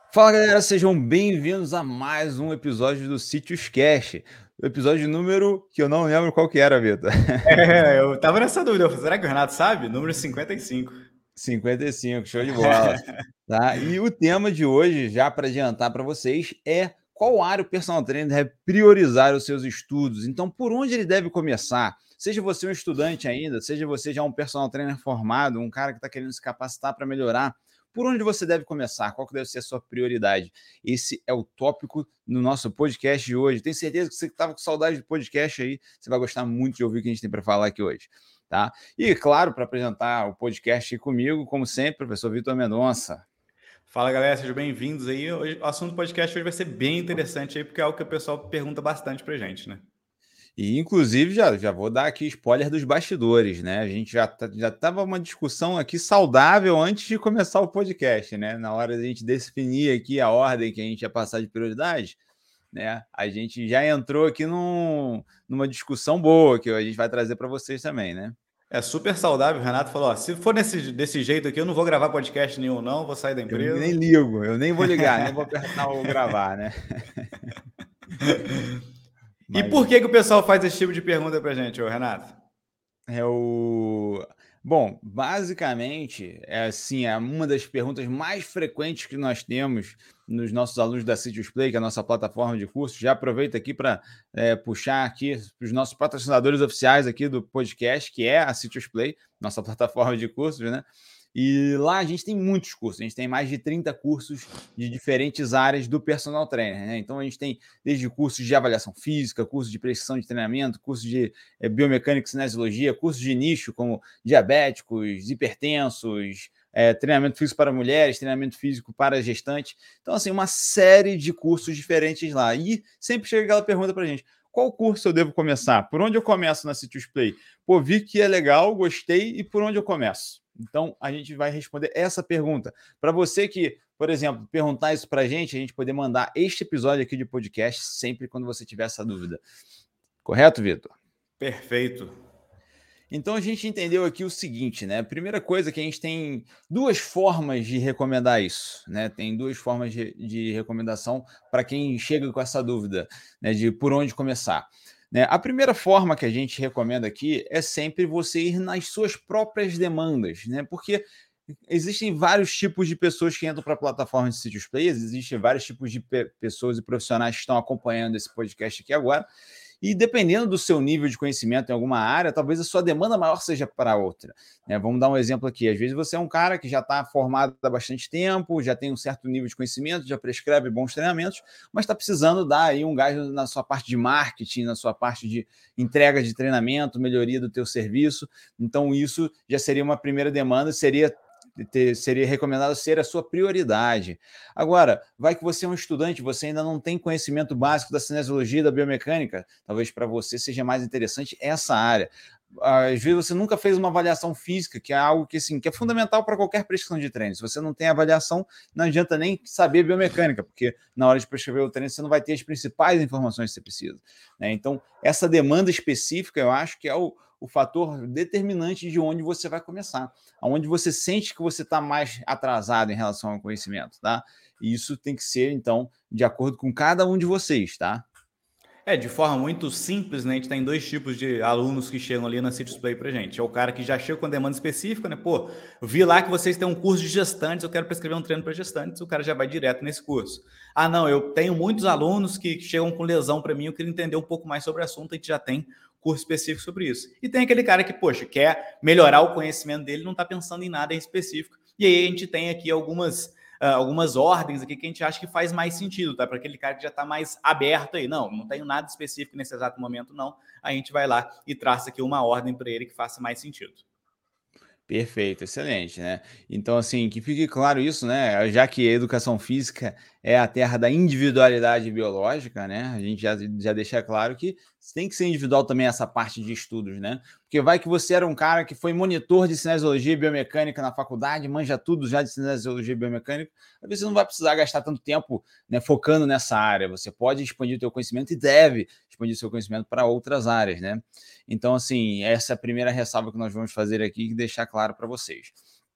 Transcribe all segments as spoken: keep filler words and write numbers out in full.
Fala galera, sejam bem-vindos a mais um episódio do Sítios Cast. O episódio número que eu não lembro qual que era, Vitor. É, eu tava nessa dúvida. Eu falei, será que o Renato sabe? Número cinquenta e cinco. cinquenta e cinco, show de bola. Tá? E o tema de hoje, já para adiantar para vocês, é qual área o personal trainer deve priorizar os seus estudos. Então, por onde ele deve começar? Seja você um estudante ainda, seja você já um personal trainer formado, um cara que está querendo se capacitar para melhorar, por onde você deve começar? Qual que deve ser a sua prioridade? Esse é o tópico no nosso podcast de hoje. Tenho certeza que você estava com saudade do podcast aí, você vai gostar muito de ouvir o que a gente tem para falar aqui hoje. Tá? E, claro, para apresentar o podcast aqui comigo, como sempre, professor Vitor Mendonça. Fala galera, sejam bem-vindos aí. Hoje, o assunto do podcast hoje vai ser bem interessante aí, porque é algo que o pessoal pergunta bastante pra gente, né? E, inclusive, já, já vou dar aqui spoiler dos bastidores, né? A gente já tá, já estava uma discussão aqui saudável antes de começar o podcast, né? Na hora de a gente definir aqui a ordem que a gente ia passar de prioridade, né? A gente já entrou aqui num, numa discussão boa que a gente vai trazer para vocês também, né? É super saudável. O Renato falou: ó, se for nesse, desse jeito aqui, eu não vou gravar podcast nenhum, não, vou sair da Eu nem empresa. ligo, eu nem vou ligar, nem vou apertar o gravar, né? E Mas por que, que o pessoal faz esse tipo de pergunta pra gente, ô Renato? É o... Bom, basicamente, é assim, é uma das perguntas mais frequentes que nós temos nos nossos alunos da Citius Play, que é a nossa plataforma de cursos. Já aproveito aqui para é, puxar aqui os nossos patrocinadores oficiais aqui do podcast, que é a Citius Play, nossa plataforma de cursos, né? E lá a gente tem muitos cursos, a gente tem mais de trinta cursos de diferentes áreas do personal trainer, né? Então a gente tem desde cursos de avaliação física, cursos de prescrição de treinamento, cursos de é, biomecânica e cinesiologia, cursos de nicho como diabéticos, hipertensos, é, treinamento físico para mulheres, treinamento físico para gestantes. Então, assim, uma série de cursos diferentes lá. E sempre chega aquela pergunta para a gente: qual curso eu devo começar? Por onde eu começo na Citius Play? Pô, vi que é legal, gostei, e por onde eu começo? Então, a gente vai responder essa pergunta. Para você que, por exemplo, perguntar isso para a gente, a gente poder mandar este episódio aqui de podcast sempre quando você tiver essa dúvida. Correto, Vitor? Perfeito. Então a gente entendeu aqui o seguinte, né? A primeira coisa é que a gente tem duas formas de recomendar isso, né? Tem duas formas de, de recomendação para quem chega com essa dúvida, né? De por onde começar. Né? A primeira forma que a gente recomenda aqui é sempre você ir nas suas próprias demandas, né? Porque existem vários tipos de pessoas que entram para a plataforma de Sítios Players, existem vários tipos de pe pessoas e profissionais que estão acompanhando esse podcast aqui agora. E dependendo do seu nível de conhecimento em alguma área, talvez a sua demanda maior seja para outra. Né? Vamos dar um exemplo aqui. Às vezes você é um cara que já está formado há bastante tempo, já tem um certo nível de conhecimento, já prescreve bons treinamentos, mas está precisando dar aí um gás na sua parte de marketing, na sua parte de entrega de treinamento, melhoria do teu serviço. Então isso já seria uma primeira demanda, seria ter, seria recomendado ser a sua prioridade. Agora, vai que você é um estudante, você ainda não tem conhecimento básico da cinesiologia, da biomecânica, talvez para você seja mais interessante essa área. Às vezes você nunca fez uma avaliação física, que é algo que, assim, que é fundamental para qualquer prescrição de treino. Se você não tem avaliação, não adianta nem saber biomecânica, porque na hora de prescrever o treino você não vai ter as principais informações que você precisa. Né? Então, essa demanda específica, eu acho que é o, o fator determinante de onde você vai começar, aonde você sente que você está mais atrasado em relação ao conhecimento, tá? E isso tem que ser, então, de acordo com cada um de vocês, tá? É, de forma muito simples, né? A gente tem dois tipos de alunos que chegam ali na Citius Play pra gente. É o cara que já chega com demanda específica, né? Pô, eu vi lá que vocês têm um curso de gestantes, eu quero prescrever um treino para gestantes, o cara já vai direto nesse curso. Ah, não, eu tenho muitos alunos que chegam com lesão para mim, eu queria entender um pouco mais sobre o assunto, a gente já tem curso específico sobre isso. E tem aquele cara que, poxa, quer melhorar o conhecimento dele, não está pensando em nada em específico. E aí a gente tem aqui algumas Uh, algumas ordens aqui que a gente acha que faz mais sentido, tá? Para aquele cara que já está mais aberto aí. Não, não tenho nada específico nesse exato momento, não. A gente vai lá e traça aqui uma ordem para ele que faça mais sentido. Perfeito, excelente, né? Então, assim, que fique claro isso, né? Já que a educação física é a terra da individualidade biológica, né? A gente já, já deixa claro que tem que ser individual também essa parte de estudos, né? Porque vai que você era um cara que foi monitor de cinesiologia e biomecânica na faculdade, manja tudo já de cinesiologia e biomecânica, às vezes você não vai precisar gastar tanto tempo, né, focando nessa área. Você pode expandir o teu conhecimento e deve expandir o seu conhecimento para outras áreas, né? Então, assim, essa é a primeira ressalva que nós vamos fazer aqui e deixar claro para vocês.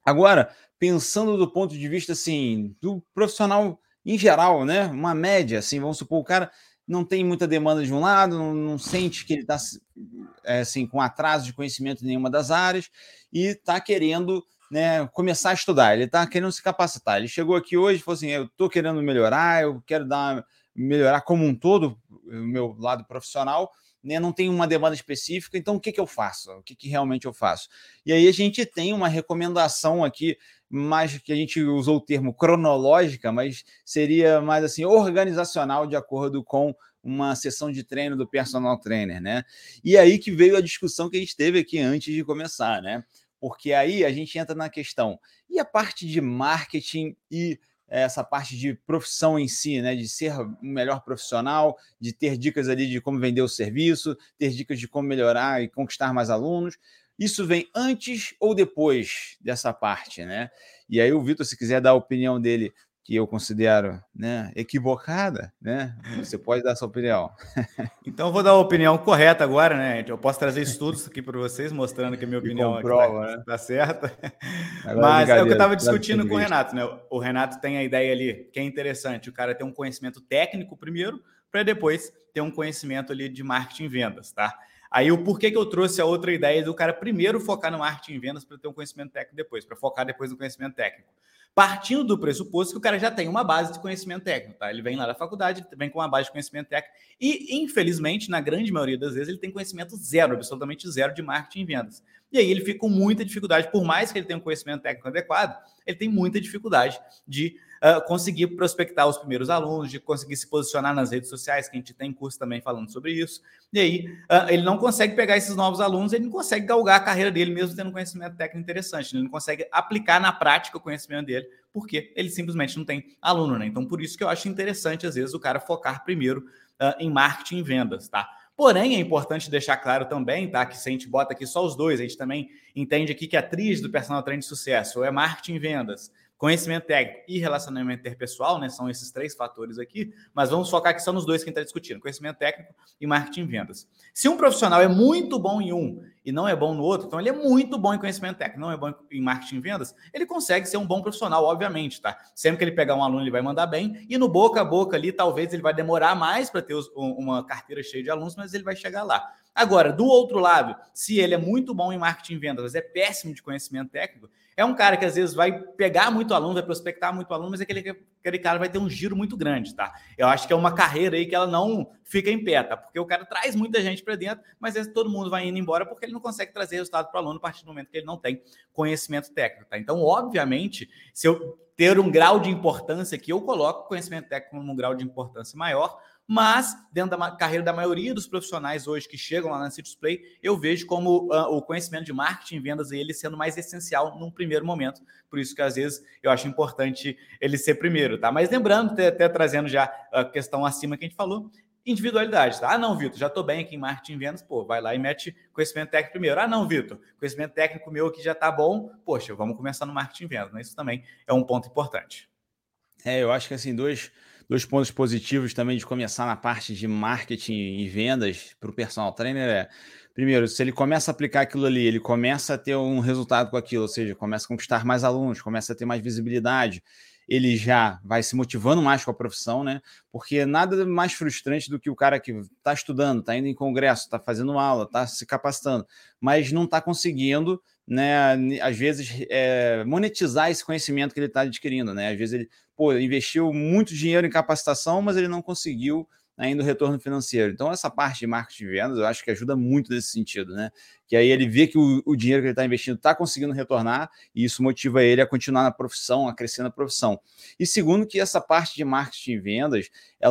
Agora, pensando do ponto de vista, assim, do profissional em geral, né? Uma média, assim, vamos supor, o cara não tem muita demanda de um lado, não, não sente que ele está é, assim, com atraso de conhecimento em nenhuma das áreas e está querendo, né, começar a estudar, ele está querendo se capacitar. Ele chegou aqui hoje e falou assim: eu estou querendo melhorar, eu quero dar, melhorar como um todo o meu lado profissional, né, não tem uma demanda específica, então o que, que eu faço? O que, que realmente eu faço? E aí a gente tem uma recomendação aqui, mais que a gente usou o termo cronológica, mas seria mais assim, organizacional, de acordo com uma sessão de treino do personal trainer, né? E aí que veio a discussão que a gente teve aqui antes de começar, né? Porque aí a gente entra na questão, e a parte de marketing e essa parte de profissão em si, né? De ser um melhor profissional, de ter dicas ali de como vender o serviço, ter dicas de como melhorar e conquistar mais alunos. Isso vem antes ou depois dessa parte, né? E aí o Vitor, se quiser dar a opinião dele, que eu considero, né, equivocada, né? Você pode dar a sua opinião. Então eu vou dar a opinião correta agora, né? Eu posso trazer estudos aqui para vocês, mostrando que a minha Que opinião aqui está comprova, né? tá certa. Agora é Mas é o que eu brincadeira, estava leve o ponto discutindo de com o vista. Renato, né? O Renato tem a ideia ali, que é interessante, o cara ter um conhecimento técnico primeiro, para depois ter um conhecimento ali de marketing e vendas, tá? Aí o porquê que eu trouxe a outra ideia do cara primeiro focar no marketing e vendas para ter um conhecimento técnico depois, para focar depois no conhecimento técnico. Partindo do pressuposto que o cara já tem uma base de conhecimento técnico, tá? Ele vem lá da faculdade, vem com uma base de conhecimento técnico e, infelizmente, na grande maioria das vezes, ele tem conhecimento zero, absolutamente zero de marketing e vendas. E aí ele fica com muita dificuldade, por mais que ele tenha um conhecimento técnico adequado, ele tem muita dificuldade de uh, conseguir prospectar os primeiros alunos, de conseguir se posicionar nas redes sociais, que a gente tem curso também falando sobre isso. E aí uh, ele não consegue pegar esses novos alunos, ele não consegue galgar a carreira dele mesmo tendo um conhecimento técnico interessante, ele não consegue aplicar na prática o conhecimento dele, porque ele simplesmente não tem aluno, né? Então, por isso que eu acho interessante, às vezes, o cara focar primeiro uh, em marketing e vendas, tá? Porém, é importante deixar claro também, tá? Que se a gente bota aqui só os dois, a gente também entende aqui que a atriz do personal trainer de sucesso ou é marketing e vendas, conhecimento técnico e relacionamento interpessoal, né? São esses três fatores aqui, mas vamos focar aqui só nos dois que a gente está discutindo, conhecimento técnico e marketing e vendas. Se um profissional é muito bom em um e não é bom no outro, então ele é muito bom em conhecimento técnico, não é bom em marketing e vendas, ele consegue ser um bom profissional, obviamente, tá? Sempre que ele pegar um aluno, ele vai mandar bem, e no boca a boca ali, talvez ele vai demorar mais para ter uma carteira cheia de alunos, mas ele vai chegar lá. Agora, do outro lado, se ele é muito bom em marketing e vendas, mas é péssimo de conhecimento técnico, é um cara que às vezes vai pegar muito aluno, vai prospectar muito aluno, mas aquele, aquele cara vai ter um giro muito grande, tá? Eu acho que é uma carreira aí que ela não fica em pé, tá? Porque o cara traz muita gente para dentro, mas às vezes todo mundo vai indo embora porque ele não consegue trazer resultado para o aluno a partir do momento que ele não tem conhecimento técnico, tá? Então, obviamente, se eu ter um grau de importância aqui, eu coloco o conhecimento técnico num grau de importância maior, mas dentro da carreira da maioria dos profissionais hoje que chegam lá na Citiusplay, eu vejo como uh, o conhecimento de marketing e vendas ele sendo mais essencial num primeiro momento. Por isso que às vezes eu acho importante ele ser primeiro, tá? Mas lembrando, até, até trazendo já a questão acima que a gente falou, individualidade, tá? Ah, não, Vitor, já estou bem aqui em marketing e vendas, pô, vai lá e mete conhecimento técnico primeiro. Ah, não, Vitor, conhecimento técnico meu aqui já está bom, poxa, vamos começar no marketing e vendas, né? Isso também é um ponto importante. É, eu acho que assim, dois, dois pontos positivos também de começar na parte de marketing e vendas para o personal trainer é, primeiro, se ele começa a aplicar aquilo ali, ele começa a ter um resultado com aquilo, ou seja, começa a conquistar mais alunos, começa a ter mais visibilidade, ele já vai se motivando mais com a profissão, né? Porque nada mais frustrante do que o cara que está estudando, está indo em congresso, está fazendo aula, está se capacitando, mas não está conseguindo, né, às vezes, é, monetizar esse conhecimento que ele está adquirindo, né? Às vezes ele, pô, investiu muito dinheiro em capacitação, mas ele não conseguiu ainda o retorno financeiro. Então, essa parte de marketing de vendas, eu acho que ajuda muito nesse sentido, né? Que aí ele vê que o, o dinheiro que ele está investindo está conseguindo retornar e isso motiva ele a continuar na profissão, a crescer na profissão. E segundo, que essa parte de marketing e vendas,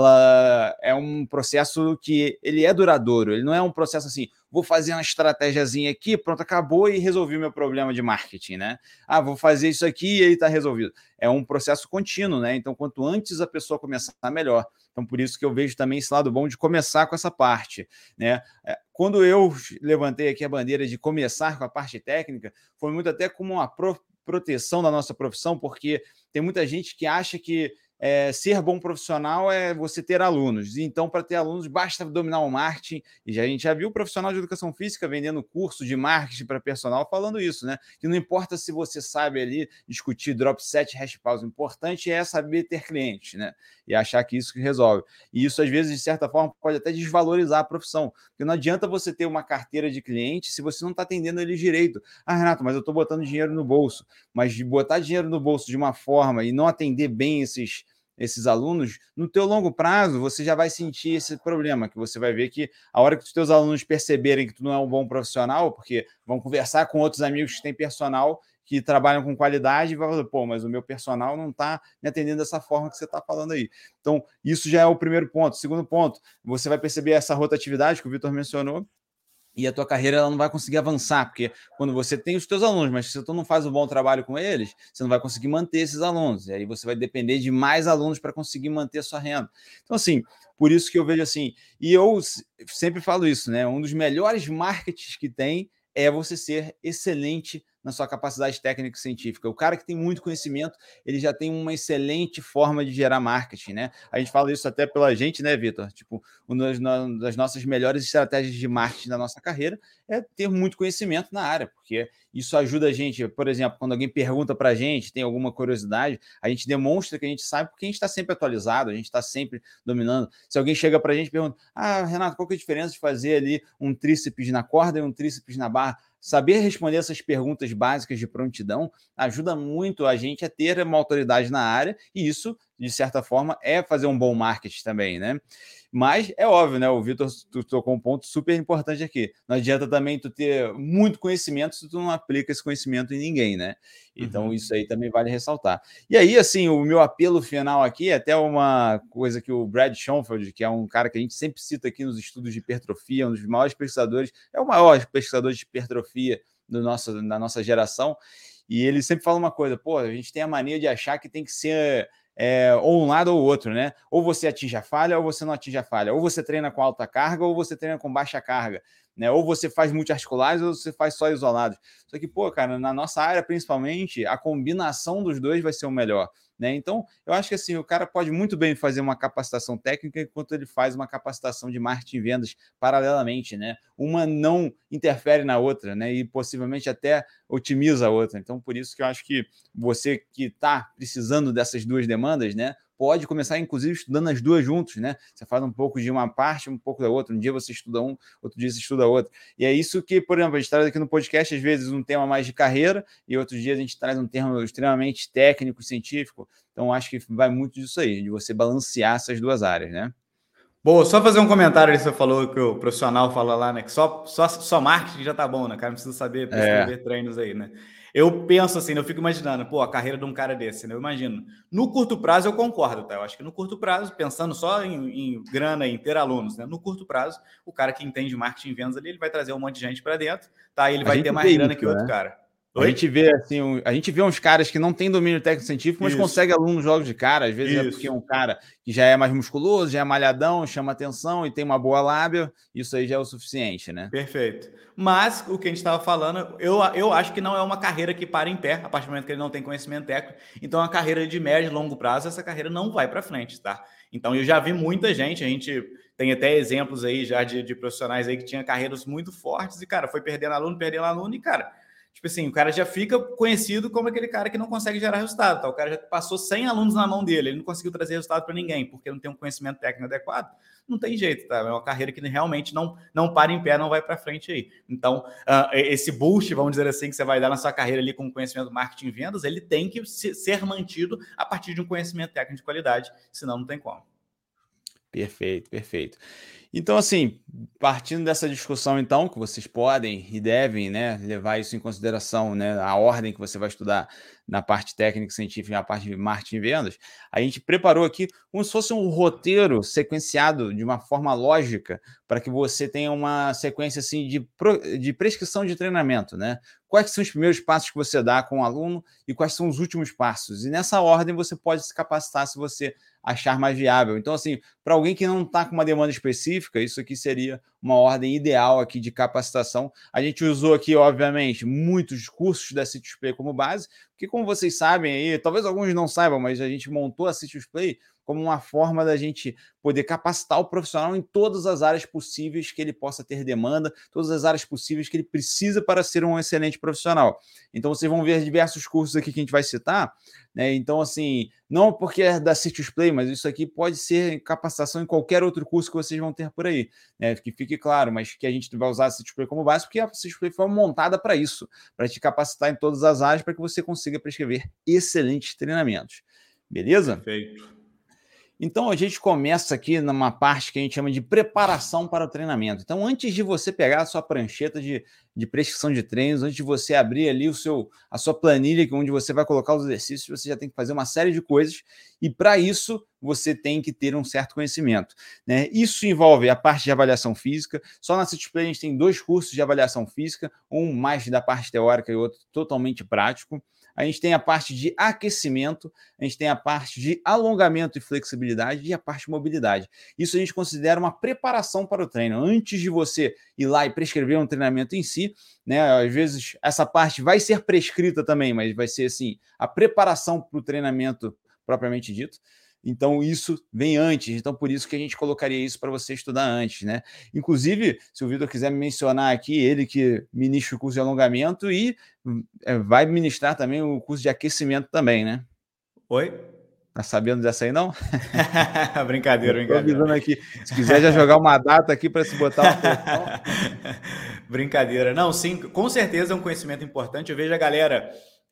ela é um processo que ele é duradouro, ele não é um processo assim, vou fazer uma estratégiazinha aqui, pronto, acabou e resolvi o meu problema de marketing, né? Ah, vou fazer isso aqui e aí está resolvido. É um processo contínuo, né? Então, quanto antes a pessoa começar, melhor. Então, por isso que eu vejo também esse lado bom de começar com essa parte, né? Quando eu levantei aqui a bandeira de começar com a parte técnica, foi muito até como uma pro proteção da nossa profissão, porque tem muita gente que acha que é, ser bom profissional é você ter alunos. Então, para ter alunos, basta dominar o marketing. E já, a gente já viu o profissional de educação física vendendo curso de marketing para personal falando isso, né? Que não importa se você sabe ali discutir drop set, hash pause, o importante é saber ter clientes, né? E achar que isso que resolve. E isso, às vezes, de certa forma, pode até desvalorizar a profissão. Porque não adianta você ter uma carteira de clientes se você não está atendendo eles direito. Ah, Renato, mas eu estou botando dinheiro no bolso. Mas de botar dinheiro no bolso de uma forma e não atender bem esses esses alunos, no teu longo prazo, você já vai sentir esse problema, que você vai ver que a hora que os teus alunos perceberem que tu não é um bom profissional, porque vão conversar com outros amigos que têm personal, que trabalham com qualidade, e vai falar, pô, mas o meu personal não está me atendendo dessa forma que você está falando aí. Então, isso já é o primeiro ponto. Segundo ponto, você vai perceber essa rotatividade que o Vitor mencionou, e a tua carreira ela não vai conseguir avançar, porque quando você tem os teus alunos, mas se tu não faz um bom trabalho com eles, você não vai conseguir manter esses alunos, e aí você vai depender de mais alunos para conseguir manter a sua renda. Então, assim, por isso que eu vejo assim, e eu sempre falo isso, né? Um dos melhores marketings que tem é você ser excelente na sua capacidade técnica e científica. O cara que tem muito conhecimento, ele já tem uma excelente forma de gerar marketing, né? A gente fala isso até pela gente, né, Vitor? Tipo, uma das nossas melhores estratégias de marketing da nossa carreira é ter muito conhecimento na área, porque isso ajuda a gente, por exemplo, quando alguém pergunta para a gente, tem alguma curiosidade, a gente demonstra que a gente sabe porque a gente está sempre atualizado, a gente está sempre dominando. Se alguém chega para a gente e pergunta, ah, Renato, qual que é a diferença de fazer ali um tríceps na corda e um tríceps na barra? Saber responder essas perguntas básicas de prontidão ajuda muito a gente a ter uma autoridade na área, e isso, de certa forma, é fazer um bom marketing também, né? Mas é óbvio, né? O Vitor tocou um ponto super importante aqui. Não adianta também tu ter muito conhecimento se tu não aplica esse conhecimento em ninguém, né? Então, uhum. Isso aí também vale ressaltar. E aí, assim, o meu apelo final aqui é até uma coisa que o Brad Schoenfeld, que é um cara que a gente sempre cita aqui nos estudos de hipertrofia, um dos maiores pesquisadores, é o maior pesquisador de hipertrofia do nosso, da nossa geração, e ele sempre fala uma coisa, pô, a gente tem a mania de achar que tem que ser é, ou um lado ou outro, né? Ou você atinge a falha ou você não atinge a falha, ou você treina com alta carga ou você treina com baixa carga, né? Ou você faz multiarticulares ou você faz só isolados. Só que, pô, cara, na nossa área, principalmente, a combinação dos dois vai ser o melhor, né? Então, eu acho que assim, o cara pode muito bem fazer uma capacitação técnica enquanto ele faz uma capacitação de marketing e vendas paralelamente, né? Uma não interfere na outra, né? E possivelmente até otimiza a outra. Então, por isso que eu acho que você que está precisando dessas duas demandas, né? Pode começar, inclusive, estudando as duas juntos, né? Você faz um pouco de uma parte, um pouco da outra. Um dia você estuda um, outro dia você estuda outra. E é isso que, por exemplo, a gente traz aqui no podcast, às vezes, um tema mais de carreira, e outros dias a gente traz um tema extremamente técnico, científico. Então, acho que vai muito disso aí, de você balancear essas duas áreas, né? Boa, só fazer um comentário aí, você falou que o profissional fala lá, né? Que só, só, só marketing já tá bom, né? O cara não precisa saber prescrever é. treinos aí, né? Eu penso assim, eu fico imaginando, pô, a carreira de um cara desse, né? Eu imagino. No curto prazo, eu concordo, tá? Eu acho que no curto prazo, pensando só em, em grana, em ter alunos, né? No curto prazo, o cara que entende marketing e vendas ali, ele vai trazer um monte de gente para dentro, tá? E ele a vai ter mais grana isso, que o outro né? cara. Oi? A gente vê assim, um, a gente vê uns caras que não têm domínio técnico científico, mas conseguem alunos jogos de cara. Às vezes isso. É porque é um cara que já é mais musculoso, já é malhadão, chama atenção e tem uma boa lábia. Isso aí já é o suficiente, né? Perfeito. Mas o que a gente estava falando, eu, eu acho que não é uma carreira que para em pé, a partir do momento que ele não tem conhecimento técnico. Então, a carreira de médio e longo prazo, essa carreira não vai para frente, tá? Então, eu já vi muita gente, a gente tem até exemplos aí já de, de profissionais aí que tinham carreiras muito fortes e, cara, foi perdendo aluno, perdendo aluno e, cara... Tipo assim, o cara já fica conhecido como aquele cara que não consegue gerar resultado. Tá? O cara já passou cem alunos na mão dele, ele não conseguiu trazer resultado para ninguém, porque não tem um conhecimento técnico adequado. Não tem jeito, tá? É uma carreira que realmente não, não para em pé, não vai para frente aí. Então, uh, esse boost, vamos dizer assim, que você vai dar na sua carreira ali com conhecimento de marketing e vendas, ele tem que ser mantido a partir de um conhecimento técnico de qualidade, senão não tem como. Perfeito, perfeito. Então, assim, partindo dessa discussão, então, que vocês podem e devem, né, levar isso em consideração, né, a ordem que você vai estudar na parte técnica e científica e na parte de marketing e vendas, a gente preparou aqui como se fosse um roteiro sequenciado de uma forma lógica para que você tenha uma sequência, assim, de, pro, de prescrição de treinamento, né? Quais são os primeiros passos que você dá com o aluno e quais são os últimos passos. E nessa ordem você pode se capacitar se você achar mais viável. Então, assim, para alguém que não está com uma demanda específica, isso aqui seria uma ordem ideal aqui de capacitação. A gente usou aqui, obviamente, muitos cursos da CitrusPlay como base, porque como vocês sabem aí, talvez alguns não saibam, mas a gente montou a CitrusPlay como uma forma da gente poder capacitar o profissional em todas as áreas possíveis que ele possa ter demanda, todas as áreas possíveis que ele precisa para ser um excelente profissional. Então, vocês vão ver diversos cursos aqui que a gente vai citar, né? Então, assim, não porque é da CitrusPlay, mas isso aqui pode ser capacitação em qualquer outro curso que vocês vão ter por aí, né? Que fique claro, mas que a gente vai usar a CitrusPlay como base, porque a CitrusPlay foi montada para isso, para te capacitar em todas as áreas, para que você consiga prescrever excelentes treinamentos. Beleza? Perfeito. Então, a gente começa aqui numa parte que a gente chama de preparação para o treinamento. Então, antes de você pegar a sua prancheta de, de prescrição de treinos, antes de você abrir ali o seu, a sua planilha, onde você vai colocar os exercícios, você já tem que fazer uma série de coisas, e para isso, você tem que ter um certo conhecimento, né? Isso envolve a parte de avaliação física. Só na CitrusPlay a gente tem dois cursos de avaliação física, um mais da parte teórica e outro totalmente prático. A gente tem a parte de aquecimento, a gente tem a parte de alongamento e flexibilidade e a parte de mobilidade. Isso a gente considera uma preparação para o treino. Antes de você ir lá e prescrever um treinamento em si, né? Às vezes essa parte vai ser prescrita também, mas vai ser assim, a preparação para o treinamento propriamente dito. Então, isso vem antes. Então, por isso que a gente colocaria isso para você estudar antes, né? Inclusive, se o Vitor quiser mencionar aqui, ele que ministra o curso de alongamento e é, vai ministrar também o curso de aquecimento também, né? Oi? Tá sabendo dessa aí, não? Brincadeira, Estou brincadeira. avisando aqui. Se quiser já jogar uma data aqui para se botar uma pressão. Brincadeira. Não, sim, com certeza é um conhecimento importante. Eu vejo a galera...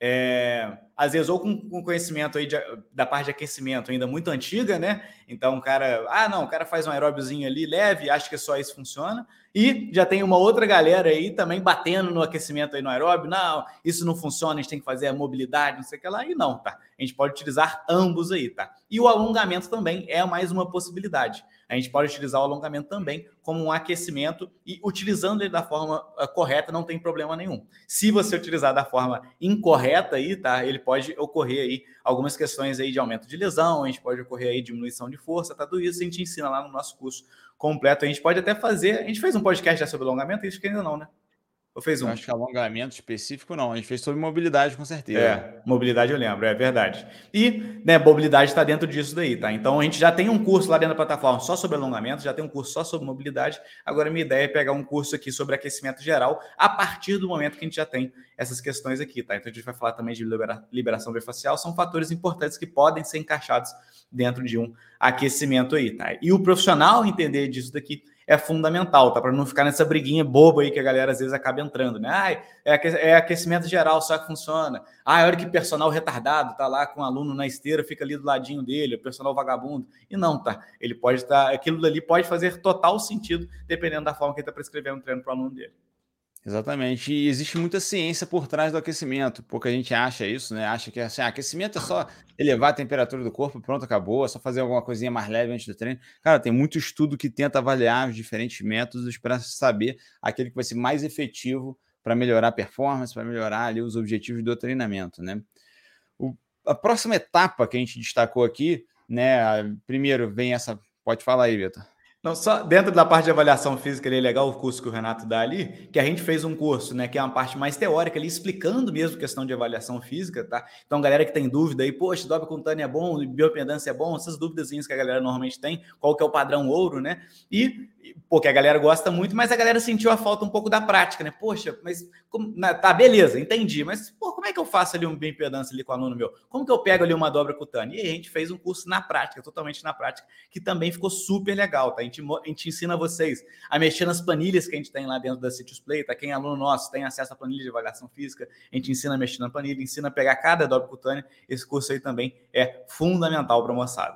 É, às vezes, ou com, com conhecimento aí de, da parte de aquecimento ainda muito antiga, né? Então, o cara, ah, não, o cara faz um aeróbiozinho ali leve, acha que só isso funciona. E já tem uma outra galera aí também batendo no aquecimento aí no aeróbio. Não, isso não funciona, a gente tem que fazer a mobilidade, não sei o que lá. E não, tá? A gente pode utilizar ambos aí, tá? E o alongamento também é mais uma possibilidade. A gente pode utilizar o alongamento também como um aquecimento e utilizando ele da forma uh, correta não tem problema nenhum. Se você utilizar da forma incorreta aí, tá? Ele pode ocorrer aí algumas questões aí de aumento de lesão, a gente pode ocorrer aí diminuição de força, tá? Tudo isso a gente ensina lá no nosso curso completo. A gente pode até fazer, a gente fez um podcast já sobre alongamento, isso que ainda não, né? Ou fez um? Eu acho que alongamento específico não, a gente fez sobre mobilidade com certeza. É, mobilidade eu lembro, é verdade. E, né, mobilidade está dentro disso daí, tá? Então a gente já tem um curso lá dentro da plataforma só sobre alongamento, já tem um curso só sobre mobilidade. Agora minha ideia é pegar um curso aqui sobre aquecimento geral a partir do momento que a gente já tem essas questões aqui, tá? Então a gente vai falar também de libera- liberação bifacial, são fatores importantes que podem ser encaixados dentro de um aquecimento aí, tá? E o profissional entender disso daqui é fundamental, tá? Para não ficar nessa briguinha boba aí que a galera às vezes acaba entrando, né? Ah, é aquecimento geral, só que funciona. Ah, olha que personal retardado, tá lá com o aluno na esteira, fica ali do ladinho dele, o personal vagabundo. E não, tá? Ele pode estar, tá, aquilo ali pode fazer total sentido, dependendo da forma que ele está prescrevendo o treino para o aluno dele. Exatamente, e existe muita ciência por trás do aquecimento, pouca gente acha isso, né? Acha que assim, ah, aquecimento é só elevar a temperatura do corpo, pronto, acabou, é só fazer alguma coisinha mais leve antes do treino. Cara, tem muito estudo que tenta avaliar os diferentes métodos para saber aquele que vai ser mais efetivo para melhorar a performance, para melhorar ali os objetivos do treinamento, né? O, a próxima etapa que a gente destacou aqui, né? Primeiro vem essa, pode falar aí, Vitor. Não, só dentro da parte de avaliação física ali, é legal o curso que o Renato dá ali, que a gente fez um curso, né, que é uma parte mais teórica ali, explicando mesmo questão de avaliação física, tá? Então, galera que tem dúvida aí, poxa, dobra contânea é bom, biopendância é bom, essas dúvidazinhas que a galera normalmente tem, qual que é o padrão ouro, né? E, porque a galera gosta muito, mas a galera sentiu a falta um pouco da prática, né? Poxa, mas, como, tá, beleza, entendi, mas, pô, como é que eu faço ali uma bioimpedância ali com o aluno meu? Como que eu pego ali uma dobra cutânea? E aí a gente fez um curso na prática, totalmente na prática, que também ficou super legal, tá? A gente, a gente ensina vocês a mexer nas planilhas que a gente tem lá dentro da CitrusPlay, tá? Quem é aluno nosso tem acesso à planilha de avaliação física, a gente ensina a mexer na planilha, ensina a pegar cada dobra cutânea. Esse curso aí também é fundamental para a moçada.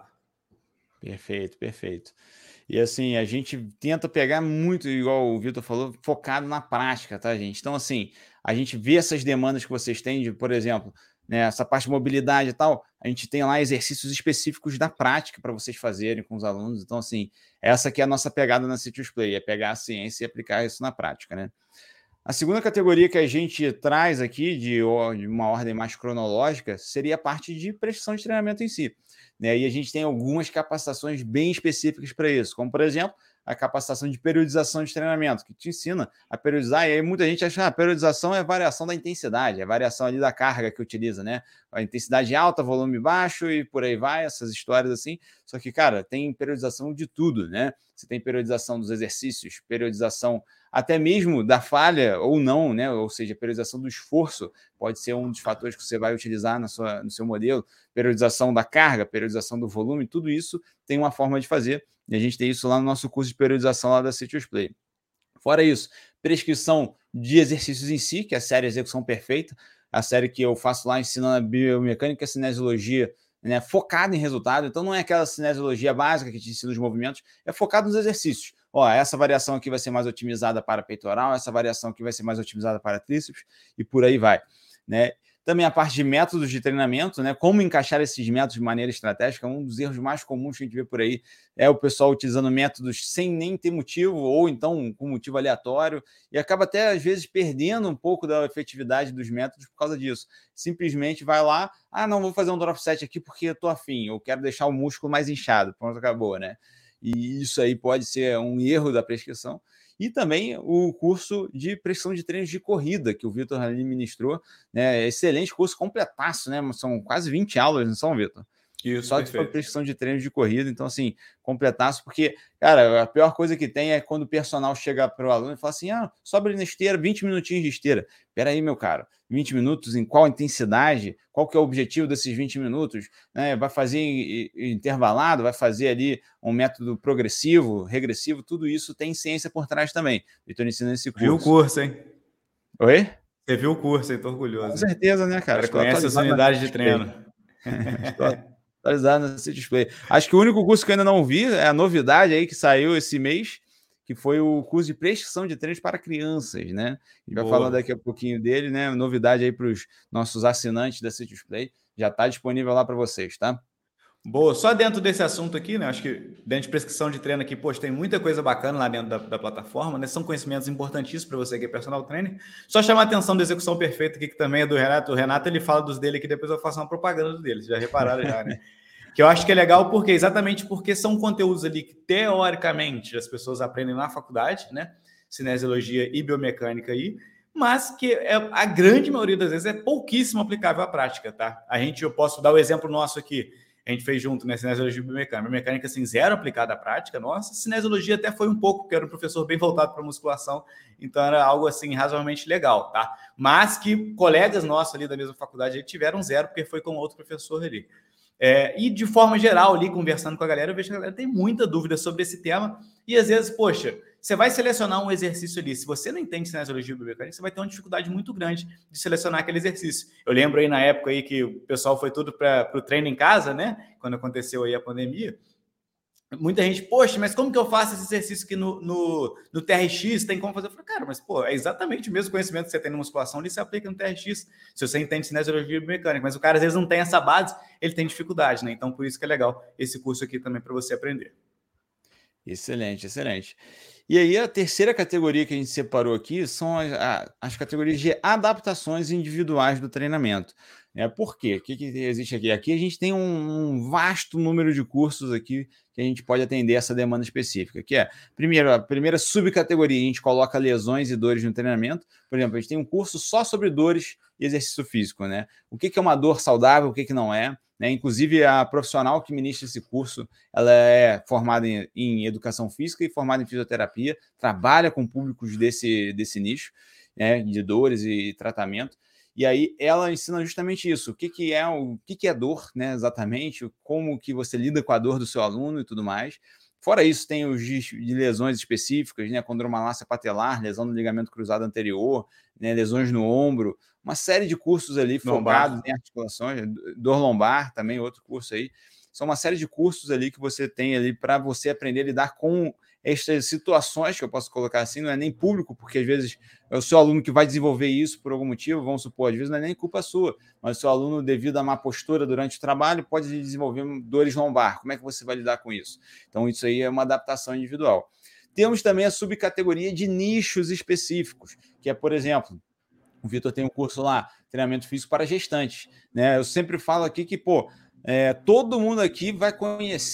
Perfeito, perfeito. E assim, a gente tenta pegar muito, igual o Vitor falou, focado na prática, tá, gente? Então, assim, a gente vê essas demandas que vocês têm, de, por exemplo, né, essa parte de mobilidade e tal, a gente tem lá exercícios específicos da prática para vocês fazerem com os alunos. Então, assim, essa aqui é a nossa pegada na CitrusPlay, é pegar a ciência e aplicar isso na prática, né? A segunda categoria que a gente traz aqui, de, de uma ordem mais cronológica, seria a parte de prescrição de treinamento em si, né? E a gente tem algumas capacitações bem específicas para isso, como, por exemplo, a capacitação de periodização de treinamento, que te ensina a periodizar, e aí muita gente acha que ah, a periodização é variação da intensidade, é variação ali da carga que utiliza, né? A intensidade alta, volume baixo e por aí vai, essas histórias assim. Só que, cara, tem periodização de tudo, né? Você tem periodização dos exercícios, periodização até mesmo da falha ou não, né? Ou seja, periodização do esforço pode ser um dos fatores que você vai utilizar na sua, no seu modelo, periodização da carga, periodização do volume, tudo isso tem uma forma de fazer, e a gente tem isso lá no nosso curso de periodização lá da CityUsplay. Fora isso, prescrição de exercícios em si, que é a série Execução Perfeita, a série que eu faço lá ensinando a biomecânica e cinesiologia, né, focado em resultado. Então não é aquela cinesiologia básica que te ensina os movimentos, é focado nos exercícios. Ó, essa variação aqui vai ser mais otimizada para peitoral, essa variação aqui vai ser mais otimizada para tríceps e por aí vai, né? Também a parte de métodos de treinamento, né? Como encaixar esses métodos de maneira estratégica. Um dos erros mais comuns que a gente vê por aí é o pessoal utilizando métodos sem nem ter motivo, ou então com motivo aleatório, e acaba até, às vezes, perdendo um pouco da efetividade dos métodos por causa disso. Simplesmente vai lá, ah, não, vou fazer um drop set aqui porque eu tô afim, eu quero deixar o músculo mais inchado. Pronto, acabou, né? E isso aí pode ser um erro da prescrição. E também o curso de prescrição de treinos de corrida, que o Vitor ali ministrou, né? Excelente curso, completaço, né? São quase vinte aulas, não são, Vitor? Isso, só de prescrição de treinos de corrida. Então, assim, completaço, porque, cara, a pior coisa que tem é quando o personal chega para o aluno e fala assim, ah, sobe na esteira, vinte minutinhos de esteira. Espera aí, meu caro, vinte minutos em qual intensidade? Qual que é o objetivo desses vinte minutos? Né? Vai fazer intervalado? Vai fazer ali um método progressivo, regressivo? Tudo isso tem ciência por trás também. Estou ensinando esse curso. Viu o curso, hein? Oi? Você viu o curso, hein? Tô orgulhoso. Com certeza, né, cara? Cara, conhece as unidades de treino. Estou atualizado no CityUsplay. Acho que o único curso que eu ainda não vi é a novidade aí que saiu esse mês, que foi o curso de prescrição de treinos para crianças, né? A gente vai falar daqui a pouquinho dele, né? Novidade aí para os nossos assinantes da CityUsplay. Já está disponível lá para vocês, tá? Boa, só dentro desse assunto aqui, né? Acho que dentro de prescrição de treino aqui, poxa, tem muita coisa bacana lá dentro da, da plataforma, né? São conhecimentos importantíssimos para você que é personal trainer. Só chamar a atenção da execução perfeita aqui, que também é do Renato. O Renato, ele fala dos dele aqui, depois eu faço uma propaganda dele. Já repararam já, né? Que eu acho que é legal porque exatamente porque são conteúdos ali que, teoricamente, as pessoas aprendem na faculdade, né? Cinesiologia e biomecânica aí, mas que é, a grande maioria das vezes é pouquíssimo aplicável à prática, tá? A gente, eu posso dar o exemplo nosso aqui. A gente fez junto, né? Cinesiologia e biomecânica. Biomecânica, assim, zero aplicada à prática. Nossa, cinesiologia até foi um pouco, porque era um professor bem voltado para musculação, então era algo, assim, razoavelmente legal, tá? Mas que colegas nossos ali da mesma faculdade tiveram zero, porque foi com outro professor ali. É, e de forma geral, ali, conversando com a galera, eu vejo que a galera tem muita dúvida sobre esse tema, e às vezes, poxa, você vai selecionar um exercício ali, se você não entende cinesiologia e biomecânica, você vai ter uma dificuldade muito grande de selecionar aquele exercício. Eu lembro aí na época aí que o pessoal foi tudo para o treino em casa, né? Quando aconteceu aí a pandemia. Muita gente, poxa, mas como que eu faço esse exercício aqui no, no, no T R X? Tem como fazer? Eu falei, cara, mas pô, é exatamente o mesmo conhecimento que você tem na musculação, ali você aplica no T R X, se você entende cinesiologia e biomecânica, mas o cara às vezes não tem essa base, ele tem dificuldade, né? Então por isso que é legal esse curso aqui também para você aprender. Excelente, excelente. E aí a terceira categoria que a gente separou aqui são as, as categorias de adaptações individuais do treinamento. É, por quê? O que, que existe aqui? Aqui a gente tem um, um vasto número de cursos aqui que a gente pode atender essa demanda específica, que é, primeiro, a primeira subcategoria, a gente coloca lesões e dores no treinamento. Por exemplo, a gente tem um curso só sobre dores e exercício físico, né? O que, que é uma dor saudável, o que, que não é, né? Inclusive, a profissional que ministra esse curso, ela é formada em, em educação física e formada em fisioterapia, trabalha com públicos desse, desse nicho, né, de dores e tratamento. E aí ela ensina justamente isso, o que, que é o que, que é dor, né, exatamente, como que você lida com a dor do seu aluno e tudo mais. Fora isso, tem os de, de lesões específicas, né, condromalácia patelar, lesão no ligamento cruzado anterior, né, lesões no ombro, uma série de cursos ali Lombar. focados em articulações, dor lombar também, outro curso aí. São uma série de cursos ali que você tem ali para você aprender a lidar com estas situações, que eu posso colocar assim, não é nem público, porque às vezes é o seu aluno que vai desenvolver isso por algum motivo, vamos supor, às vezes não é nem culpa sua, mas o seu aluno, devido a má postura durante o trabalho, pode desenvolver dores lombar. Como é que você vai lidar com isso? Então, isso aí é uma adaptação individual. Temos também a subcategoria de nichos específicos, que é, por exemplo, o Vitor tem um curso lá, treinamento físico para gestantes, né? Eu sempre falo aqui que, pô, é, todo mundo aqui vai conhecer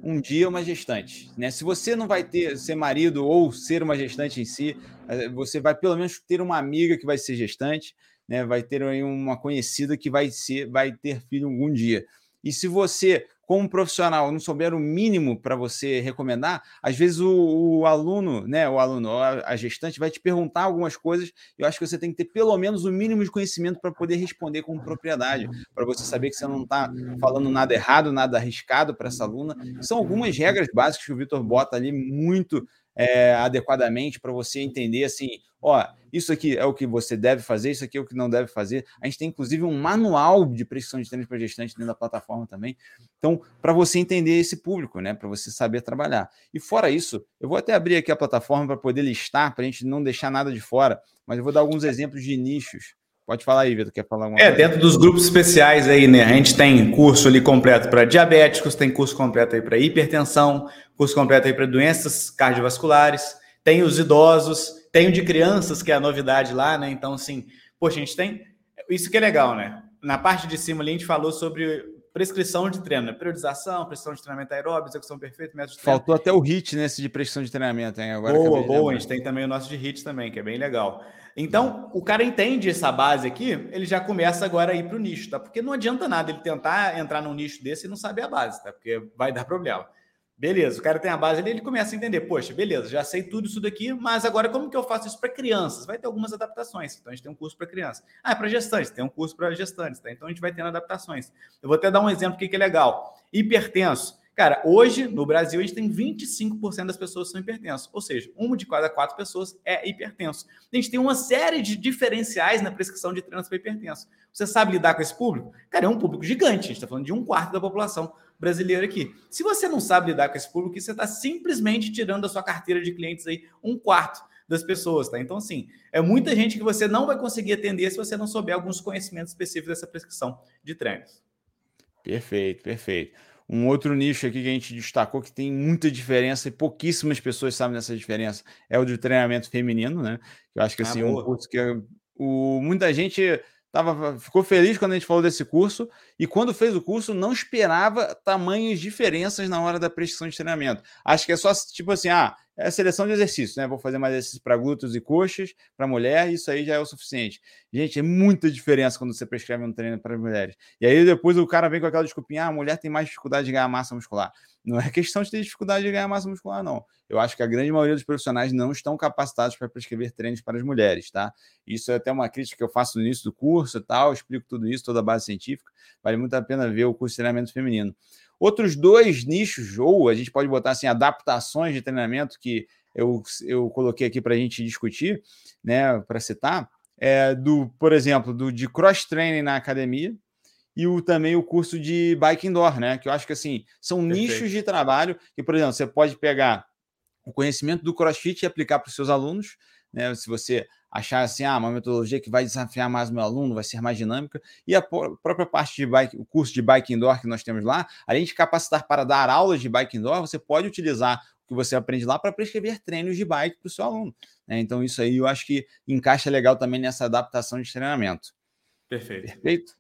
um dia uma gestante, né? Se você não vai ter ser marido ou ser uma gestante em si, você vai pelo menos ter uma amiga que vai ser gestante, né? Vai ter aí uma conhecida que vai ser, vai ter filho algum dia. E se você, como profissional, não souber o mínimo para você recomendar, às vezes o, o aluno, né, o aluno, a gestante vai te perguntar algumas coisas. Eu acho que você tem que ter pelo menos o mínimo de conhecimento para poder responder com propriedade, para você saber que você não está falando nada errado, nada arriscado para essa aluna. São algumas regras básicas que o Vitor bota ali muito é, adequadamente para você entender assim, ó, isso aqui é o que você deve fazer, isso aqui é o que não deve fazer. A gente tem, inclusive, um manual de prescrição de treinos para gestante dentro da plataforma também. Então, para você entender esse público, né? Para você saber trabalhar. E fora isso, eu vou até abrir aqui a plataforma para poder listar, para a gente não deixar nada de fora, mas eu vou dar alguns exemplos de nichos. Pode falar aí, Vitor, quer falar alguma é, coisa? Dentro dos grupos especiais aí, né? A gente tem curso ali completo para diabéticos, tem curso completo aí para hipertensão, curso completo aí para doenças cardiovasculares, tem os idosos, tem o de crianças, que é a novidade lá, né? Então, assim, poxa, a gente tem... Isso que é legal, né? Na parte de cima ali, a gente falou sobre prescrição de treino, né? Periodização, prescrição de treinamento aeróbico, execução perfeita, método de treino. Faltou até o H I T nesse de prescrição de treinamento, hein? Agora boa, boa. A gente tem também o nosso de H I T também, que é bem legal. Então, o cara entende essa base aqui, ele já começa agora a ir para o nicho, tá? Porque não adianta nada ele tentar entrar num nicho desse e não saber a base, tá? Porque vai dar problema. Beleza, o cara tem a base ali, ele começa a entender, poxa, beleza, já sei tudo isso daqui, mas agora como que eu faço isso para crianças? Vai ter algumas adaptações, então a gente tem um curso para crianças. Ah, é para gestantes, tem um curso para gestantes, tá? Então a gente vai tendo adaptações. Eu vou até dar um exemplo aqui que é legal. Hipertenso. Cara, hoje, no Brasil, a gente tem vinte e cinco por cento das pessoas que são hipertensos, ou seja, uma de cada quatro pessoas é hipertenso. A gente tem uma série de diferenciais na prescrição de treinos para hipertenso. Você sabe lidar com esse público? Cara, é um público gigante, a gente está falando de um quarto da população brasileira aqui. Se você não sabe lidar com esse público, você está simplesmente tirando da sua carteira de clientes aí um quarto das pessoas, tá? Então, assim, é muita gente que você não vai conseguir atender se você não souber alguns conhecimentos específicos dessa prescrição de treinos. Perfeito, perfeito. Um outro nicho aqui que a gente destacou que tem muita diferença e pouquíssimas pessoas sabem dessa diferença é o de treinamento feminino, né? Eu acho que assim, ah, um curso que o, muita gente tava, ficou feliz quando a gente falou desse curso e quando fez o curso não esperava tamanhas diferenças na hora da prescrição de treinamento. Acho que é só tipo assim, ah, é a seleção de exercícios, né? Vou fazer mais exercícios para glúteos e coxas, para mulher, isso aí já é o suficiente. Gente, é muita diferença quando você prescreve um treino para mulheres. E aí depois o cara vem com aquela desculpinha, ah, a mulher tem mais dificuldade de ganhar massa muscular. Não é questão de ter dificuldade de ganhar massa muscular, não. Eu acho que a grande maioria dos profissionais não estão capacitados para prescrever treinos para as mulheres, tá? Isso é até uma crítica que eu faço no início do curso e tal, eu explico tudo isso, toda a base científica. Vale muito a pena ver o curso de treinamento feminino. Outros dois nichos, ou a gente pode botar assim, adaptações de treinamento que eu, eu coloquei aqui para a gente discutir, né, para citar, é do, por exemplo, do, de cross-training na academia e o, também o curso de bike indoor, né, que eu acho que assim, são Perfeito. nichos de trabalho que, por exemplo, você pode pegar o conhecimento do CrossFit e aplicar para os seus alunos, né, se você achar assim, ah, uma metodologia que vai desafiar mais o meu aluno, vai ser mais dinâmica, e a própria parte de bike, o curso de bike indoor que nós temos lá, além de capacitar para dar aulas de bike indoor, você pode utilizar o que você aprende lá para prescrever treinos de bike para o seu aluno, né? Então isso aí eu acho que encaixa legal também nessa adaptação de treinamento. Perfeito. Perfeito?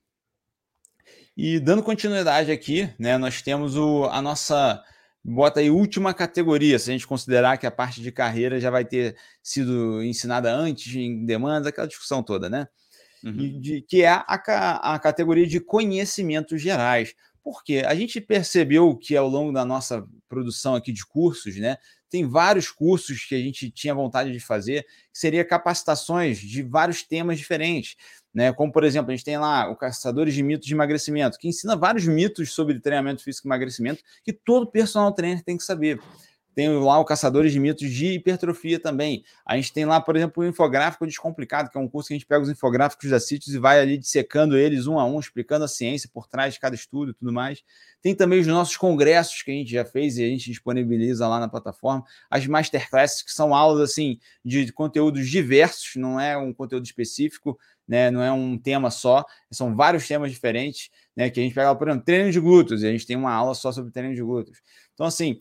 E dando continuidade aqui, né, nós temos o, a nossa... Bota aí última categoria, se a gente considerar que a parte de carreira já vai ter sido ensinada antes, em demandas, aquela discussão toda, né? Uhum. E de, que é a, a categoria de conhecimentos gerais. Porque a gente percebeu que ao longo da nossa produção aqui de cursos, né, tem vários cursos que a gente tinha vontade de fazer, que seria capacitações de vários temas diferentes. Né? Como, por exemplo, a gente tem lá o Caçadores de Mitos de Emagrecimento, que ensina vários mitos sobre treinamento físico e emagrecimento que todo personal trainer tem que saber. Tem lá o Caçadores de Mitos de Hipertrofia também. A gente tem lá, por exemplo, o Infográfico Descomplicado, que é um curso que a gente pega os infográficos da CITES e vai ali dissecando eles um a um, explicando a ciência por trás de cada estudo e tudo mais. Tem também os nossos congressos que a gente já fez e a gente disponibiliza lá na plataforma. As Masterclasses, que são aulas assim de conteúdos diversos, não é um conteúdo específico, né? Não é um tema só, são vários temas diferentes, né? Que a gente pega, por exemplo, treino de glúteos, e a gente tem uma aula só sobre treino de glúteos. Então, assim,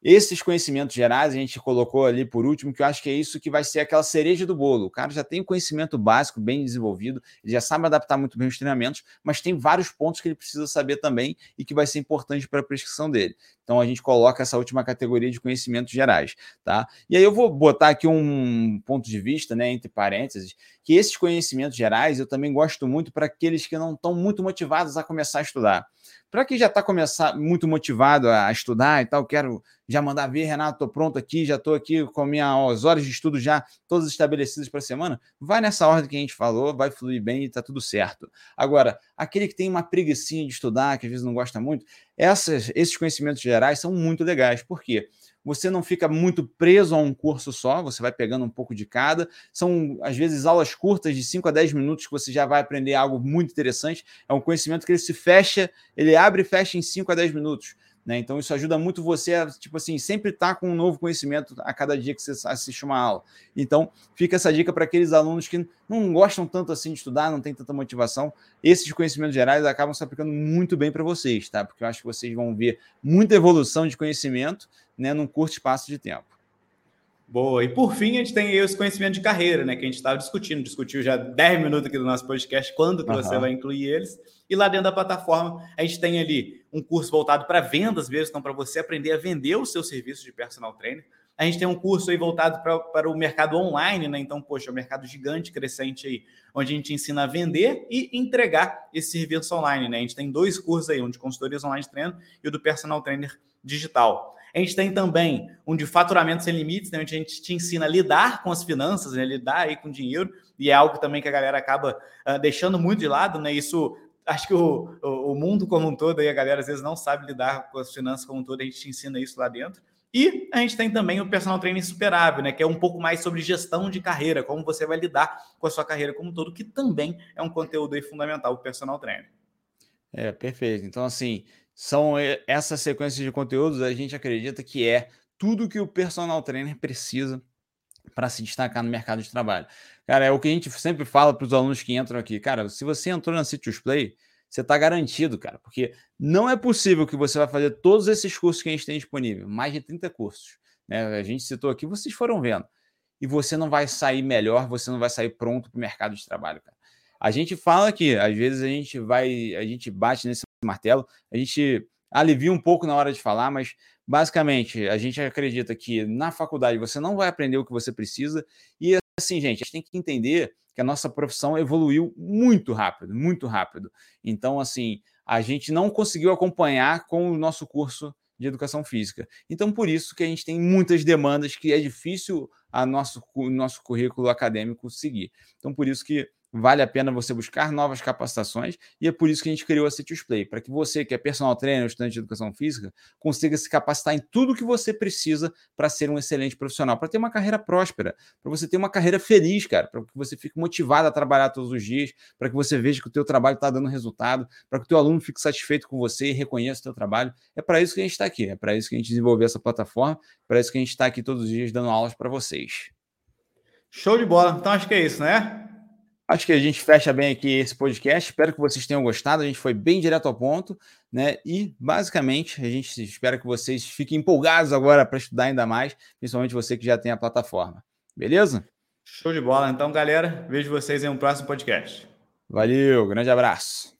Esses conhecimentos gerais a gente colocou ali por último, que eu acho que é isso que vai ser aquela cereja do bolo. O cara já tem o conhecimento básico bem desenvolvido, ele já sabe adaptar muito bem os treinamentos, mas tem vários pontos que ele precisa saber também e que vai ser importante para a prescrição dele. Então a gente coloca essa última categoria de conhecimentos gerais, tá? E aí eu vou botar aqui um ponto de vista, né, entre parênteses, que esses conhecimentos gerais eu também gosto muito para aqueles que não estão muito motivados a começar a estudar. Para quem já está muito motivado a estudar e tal, quero já mandar ver, Renato, estou pronto aqui, já estou aqui com minhas horas de estudo já todas estabelecidas para a semana, vai nessa ordem que a gente falou, vai fluir bem e está tudo certo. Agora, aquele que tem uma preguicinha de estudar, que às vezes não gosta muito, essas, esses conhecimentos gerais são muito legais. Por quê? Você não fica muito preso a um curso só, você vai pegando um pouco de cada. São, às vezes, aulas curtas de cinco a dez minutos que você já vai aprender algo muito interessante. É um conhecimento que ele se fecha, ele abre e fecha em cinco a dez minutos. Né? Então, isso ajuda muito você a, tipo assim, sempre estar com um novo conhecimento a cada dia que você assiste uma aula. Então, fica essa dica para aqueles alunos que não gostam tanto assim de estudar, não tem tanta motivação. Esses conhecimentos gerais acabam se aplicando muito bem para vocês, tá? Porque eu acho que vocês vão ver muita evolução de conhecimento, né, num curto espaço de tempo. Boa. E por fim, a gente tem aí os conhecimentos de carreira, né? Que a gente estava discutindo, discutiu já dez minutos aqui do nosso podcast, quando que uhum. você vai incluir eles. E lá dentro da plataforma, a gente tem ali um curso voltado para vendas mesmo, então para você aprender a vender o seu serviço de personal trainer. A gente tem um curso aí voltado para, para o mercado online, né? Então, poxa, é um mercado gigante, crescente aí, onde a gente ensina a vender e entregar esse serviço online, né? A gente tem dois cursos aí, um de consultorias online de treino e o do personal trainer digital. A gente tem também um de faturamento sem limites, né, onde a gente te ensina a lidar com as finanças, né, lidar aí com dinheiro, e é algo também que a galera acaba uh, deixando muito de lado, né? Isso, acho que o, o, o mundo como um todo, aí a galera às vezes não sabe lidar com as finanças como um todo, a gente te ensina isso lá dentro. E a gente tem também o personal training insuperável, né, que é um pouco mais sobre gestão de carreira, como você vai lidar com a sua carreira como um todo, que também é um conteúdo aí fundamental para o personal trainer. É, perfeito. Então, assim, são essas sequências de conteúdos, a gente acredita que é tudo que o personal trainer precisa para se destacar no mercado de trabalho. Cara, é o que a gente sempre fala para os alunos que entram aqui. Cara, se você entrou na Citius Play, você está garantido, cara, porque não é possível que você vai fazer todos esses cursos que a gente tem disponível, mais de trinta cursos, né? A gente citou aqui, vocês foram vendo, e você não vai sair melhor, você não vai sair pronto para o mercado de trabalho, cara. A gente fala que, às vezes, a gente vai, a gente bate nesse martelo, a gente alivia um pouco na hora de falar, mas, basicamente, a gente acredita que na faculdade você não vai aprender o que você precisa, e, assim, gente, a gente tem que entender que a nossa profissão evoluiu muito rápido, muito rápido. Então, assim, a gente não conseguiu acompanhar com o nosso curso de educação física. Então, por isso que a gente tem muitas demandas que é difícil a nosso, o nosso currículo acadêmico seguir. Então, por isso que vale a pena você buscar novas capacitações, e é por isso que a gente criou a Citius Play, para que você, que é personal trainer ou estudante de educação física, consiga se capacitar em tudo que você precisa para ser um excelente profissional, para ter uma carreira próspera, para você ter uma carreira feliz, cara, para que você fique motivado a trabalhar todos os dias, para que você veja que o teu trabalho está dando resultado, para que o teu aluno fique satisfeito com você e reconheça o teu trabalho. É para isso que a gente está aqui, é para isso que a gente desenvolveu essa plataforma, é para isso que a gente está aqui todos os dias dando aulas para vocês. Show de bola. Então, acho que é isso, né? Acho que a gente fecha bem aqui esse podcast. Espero que vocês tenham gostado. A gente foi bem direto ao ponto, né? E, basicamente, a gente espera que vocês fiquem empolgados agora para estudar ainda mais, principalmente você que já tem a plataforma. Beleza? Show de bola. Então, galera, vejo vocês em um próximo podcast. Valeu, grande abraço.